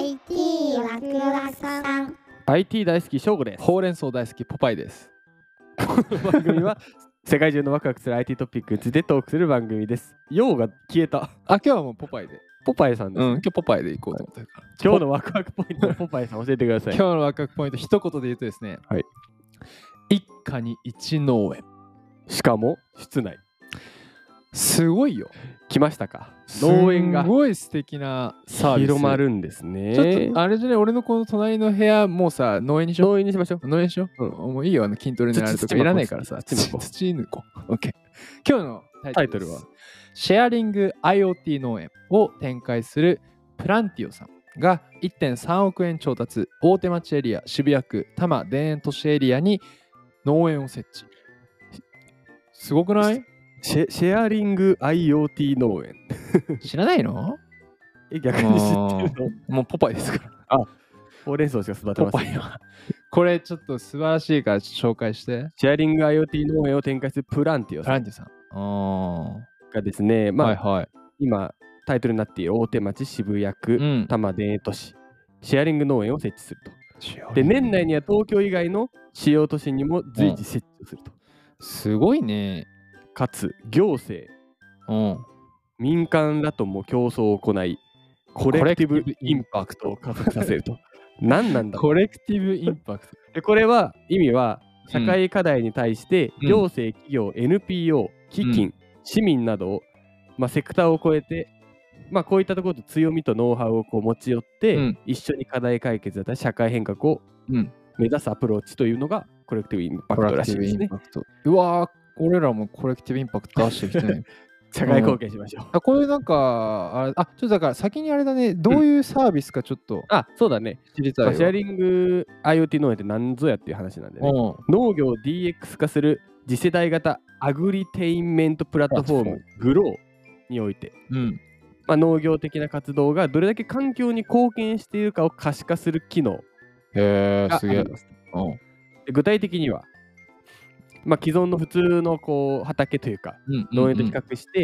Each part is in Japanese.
IT ワクワクさん。 IT 大好き翔吾です。 ほうれん草大好きポパイです。 この番組は世界中のワクワクする IT トピックについてトークする番組です。ヨウが消えた。 今日はもうポパイで。 ポパイさんです、 今日ポパイで行こうと思ってるから。 今日のワクワクポイントポパイさん教えてください。 今日のワクワクポイント一言で言うとですね、 はい、 一家に一農園。 しかも室内。 すごいよ。 来ましたか。農園がすごい素敵なサービス広まるんですね。 ちょっとあれじゃね、俺のこの隣の部屋もうさ、農園にしよう。 農園にしましょう。 農園しよう。もういいよ、筋トレのあれとかいらないからさ。土抜こう。OK。今日のタイトルはシェアリング IoT 農園を展開するプランティオさんが 1.3 億円調達、大手町エリア、渋谷区、多摩田園都市エリアに農園を設置。すごくない？ シェアリング IoT 農園。 知らないの？ 逆に知ってるの？ もうポパイですから。 ほうれん草しか育てません。 ポパイは。これちょっと素晴らしいから紹介して。 シェアリング IoT 農園を展開するプランティオさん。がですね、今タイトルになっている大手町渋谷区、多摩田園都市、シェアリング農園を設置すると。で、年内には東京以外の主要都市にも随時設置をすると。 すごいね。 かつ行政、民間らとも競争を行い、コレクティブインパクトを加速させると。何なんだコレクティブインパクト。 で、これは意味は社会課題に対して行政、企業、NPO、基金、市民などを、セクターを超えて、こういったところと強みとノウハウを持ち寄って、一緒に課題解決だったり社会変革を目指すアプローチというのがコレクティブインパクトらしいですね。 うわー、俺らもコレクティブインパクト出してきてね。 社会貢献しましょう。 こういうなんか、ちょっとだから先にあれだね、どういうサービスかちょっと。 そうだね。 知りたい。 シェアリング IoT 農園って何ぞやっていう話なんでね。農業を DX 化する次世代型アグリテインメントプラットフォームグローにおいて、農業的な活動がどれだけ環境に貢献しているかを可視化する機能があります。具体的には、既存の普通の畑というか農園と比較して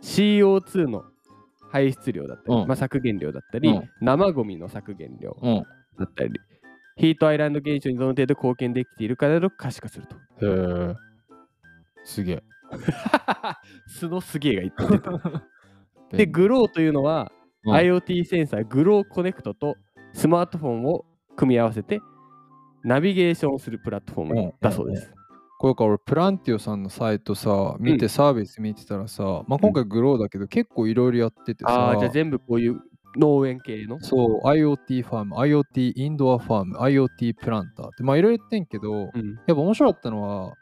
CO2 の排出量だったり、削減量だったり、生ゴミの削減量だったり、ヒートアイランド現象にどの程度貢献できているかなどを可視化すると。 すげえ。 素のすげえが言ってた。で、グローというのは、IoT センサーグローコネクトとスマートフォンを組み合わせてナビゲーションするプラットフォームだそうです。 これから俺プランティオさんのサイトさ見て、サービス見てたらさ、今回グローだけど結構いろいろやっててさ、 じゃあ全部こういう農園系の IoT ファーム、IoT インドアファーム、IoT プランターっていろいろ言ってんけど、やっぱ面白かったのは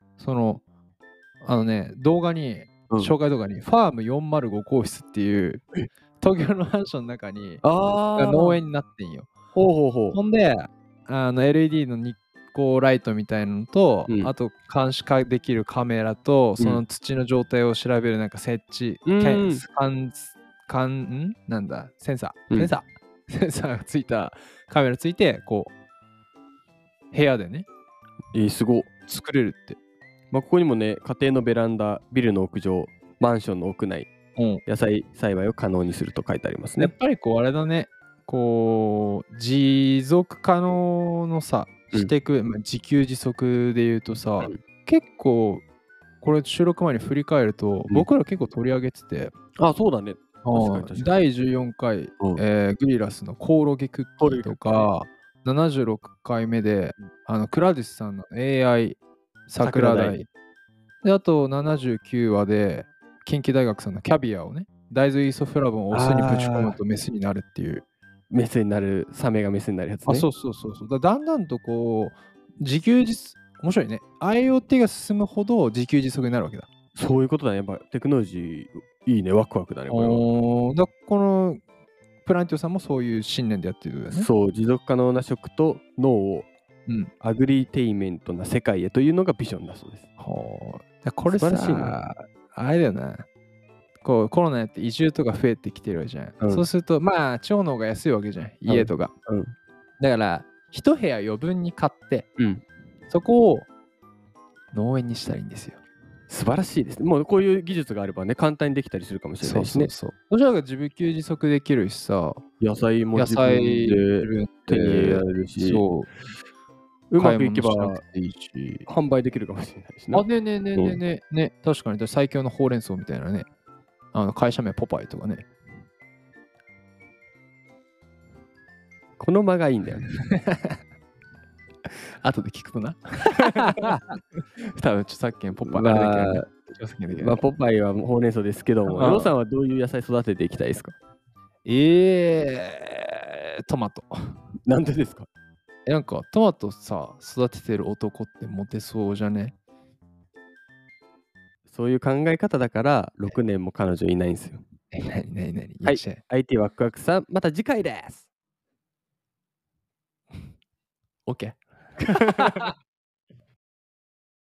動画に紹介動画にファーム405号室っていう東京のマンションの中に農園になってんよ。ほんでLED の日光ライトみたいなのと、あと監視化できるカメラと、その土の状態を調べるなんか設置、なんだセンサーがついたカメラついて部屋でね、 すごい作れるって。 ここにもね、家庭のベランダ、ビルの屋上、マンションの屋内、野菜栽培を可能にすると書いてありますね。 やっぱりあれだね、持続可能のさ、していく、自給自足で言うとさ、結構これ収録前に振り返ると、僕ら結構取り上げてて、 そうだね。 第14回、グリラスのコオロギクッキーとか、76回目でクラディスさんの AI 桜鯛で、あと79話で近畿大学さんのキャビアをね、大豆イーソフラボンをオスにぶち込むとメスになるっていう。 メスになる、サメがメスになるやつね。 そう。だんだんと自給自足、面白いね。IoT が進むほど自給自足になるわけだ。 そういうことだね。やっぱテクノロジーいいね、ワクワクだね。 このプランティオさんもそういう信念でやってるよね。 そう、持続可能な食と脳をアグリテイメントな世界へというのがビジョンだそうです。 これさ、あれだよね。コロナやって移住とか増えてきてるじゃん。そうすると地方の方が安いわけじゃん、家とか。だから一部屋余分に買って、そこを農園にしたらいいんですよ。 素晴らしいですね。もうこういう技術があればね、簡単にできたりするかもしれないしね。 そちらが自給自足できるしさ、 野菜も自分で手に入れられるし、うまくいけば販売できるかもしれないしな。 ね、確かに最強のほうれん草みたいなね。会社名ポパイとかね。 この間がいいんだよね。 後で聞くとな。多分著作権ポパイあれだけど、 まあポパイはほうれん草ですけども、ヨウさんはどういう野菜育てていきたいですか？ トマト。 なんでですか？ なんかトマトさ、育ててる男ってモテそうじゃね？ そういう考え方だから6年も彼女いないんですよ。 何はい、IT ワクワクさん、また次回です。 OK